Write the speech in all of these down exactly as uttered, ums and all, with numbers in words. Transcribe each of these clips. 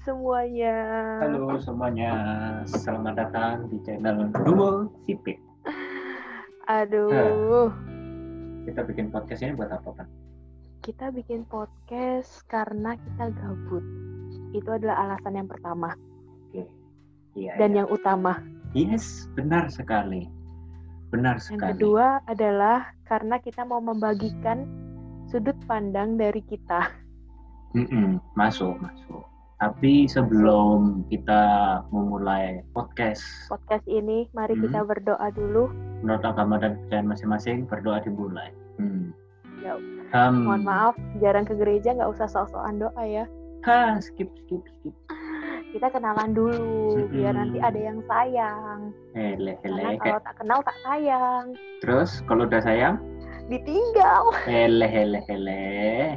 semuanya. Halo semuanya, selamat datang di channel Duo Sipit. Aduh, Kita bikin podcast ini buat apa, Pak? kita bikin podcast karena kita gabut. Itu adalah alasan yang pertama Oke, iya. dan iya. yang utama. Yes, benar sekali, benar Yang sekali. kedua adalah karena kita mau membagikan sudut pandang dari kita. Mm-mm, masuk, masuk. Tapi sebelum kita memulai podcast, Podcast ini, mari Hmm. kita berdoa dulu. menurut agama dan kepercayaan masing-masing, berdoa dimulai. Hmm. Ya, Hmm. mohon maaf, jarang ke gereja, nggak usah sok-sokan doa ya. Ha, skip, skip, skip. Kita kenalan dulu, Mm-mm. biar nanti ada yang sayang. Hele, Karena hele. kalau tak kenal tak sayang. Terus kalau udah sayang, Ditinggal. hele, hele, hele.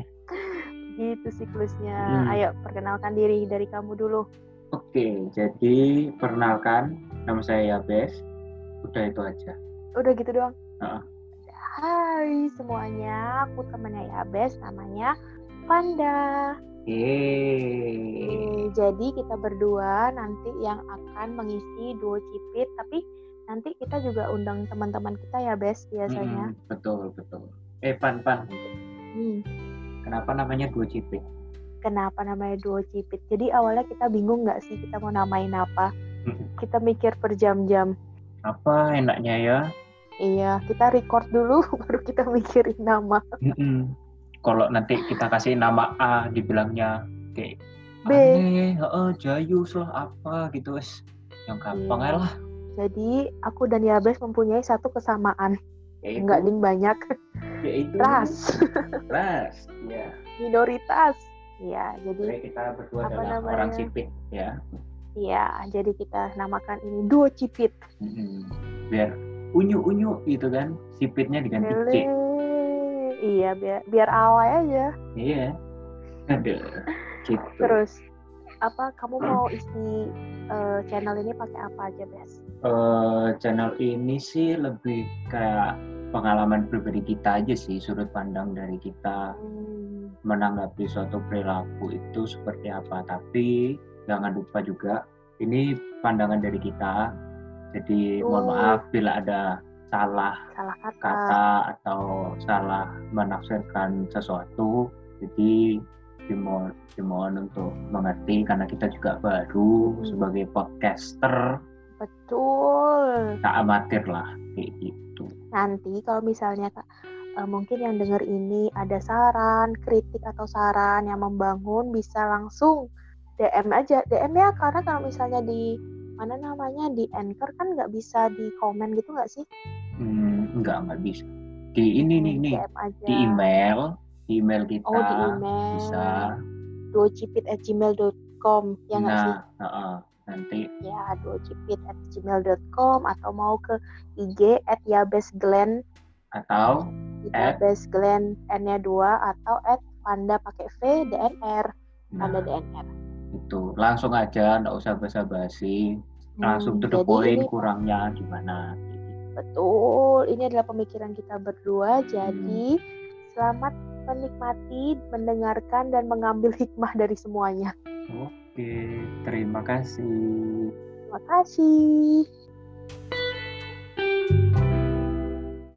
Gitu siklusnya. Hmm. Ayo perkenalkan diri dari kamu dulu. Oke, jadi perkenalkan, nama saya Yabes. Udah itu aja. Udah gitu doang. Uh-uh. Hai semuanya, aku temannya Yabes, namanya Panda. Yeay. Eh, jadi kita berdua nanti yang akan mengisi duo cipit, tapi nanti kita juga undang teman-teman kita ya Bes biasanya. Mm-mm, betul, betul. Eh, Pan, Pan. Hmm. Kenapa namanya Duo Cipit? Kenapa namanya duo cipit? Jadi awalnya kita bingung nggak sih kita mau namain apa? Kita mikir per jam-jam. Apa enaknya ya? Iya, kita record dulu baru kita mikirin nama. Mm-mm. Kalau nanti kita kasih nama A, dibilangnya kayak B. aneh, heeh, jayus lah apa gitu, wes. Yang gampang Iya. aja lah. Jadi aku dan Yabes mempunyai satu kesamaan. Yaitu, Enggak ding banyak. yaitu Ras. ras. Ya. Minoritas. Ya, jadi Jadi kita berdua apa adalah namanya? orang sipit, ya. iya, jadi kita namakan ini duo cipit. Mm-mm. Biar unyu-unyu gitu kan, sipitnya diganti C. Lele. Iya, biar biar alay aja. Iya. Aduh, gitu. Terus apa kamu mau isi uh, channel ini pakai apa aja, Bes? Uh, channel ini sih lebih kayak pengalaman pribadi kita aja sih, sudut pandang dari kita Hmm. menanggapi suatu perilaku itu seperti apa. Tapi jangan lupa juga, ini pandangan dari kita. Jadi Oh. mohon maaf bila ada salah Salah kata. kata atau salah menafsirkan sesuatu. Jadi dimohon, dimohon untuk mengerti karena kita juga baru Hmm. sebagai podcaster, Betul. tak amatir lah kayak gitu. Nanti kalau misalnya Kak, uh, mungkin yang dengar ini ada saran, kritik atau saran yang membangun, bisa langsung D M aja. D M ya, karena kalau misalnya di mana namanya di Anchor kan nggak bisa di komen gitu nggak sih? Hmm, enggak enggak bisa. Di ini nih nih D M aja. di email, di email kita Oh, di email. bisa. duocipit at gmail dot com ya nggak sih? Nah, uh-uh, nanti Ya, duocipit at gmail dot com atau mau ke I G at yabesglen, atau at yabesglen N-nya dua, atau at panda pakai V D N R, panda nah, D N R. itu langsung aja, nggak usah basa-basi, langsung Hmm, to the jadi point, ini- kurangnya gimana. Betul, ini adalah pemikiran kita berdua. Jadi selamat menikmati, mendengarkan, dan mengambil hikmah dari semuanya. Oke, terima kasih. Terima kasih.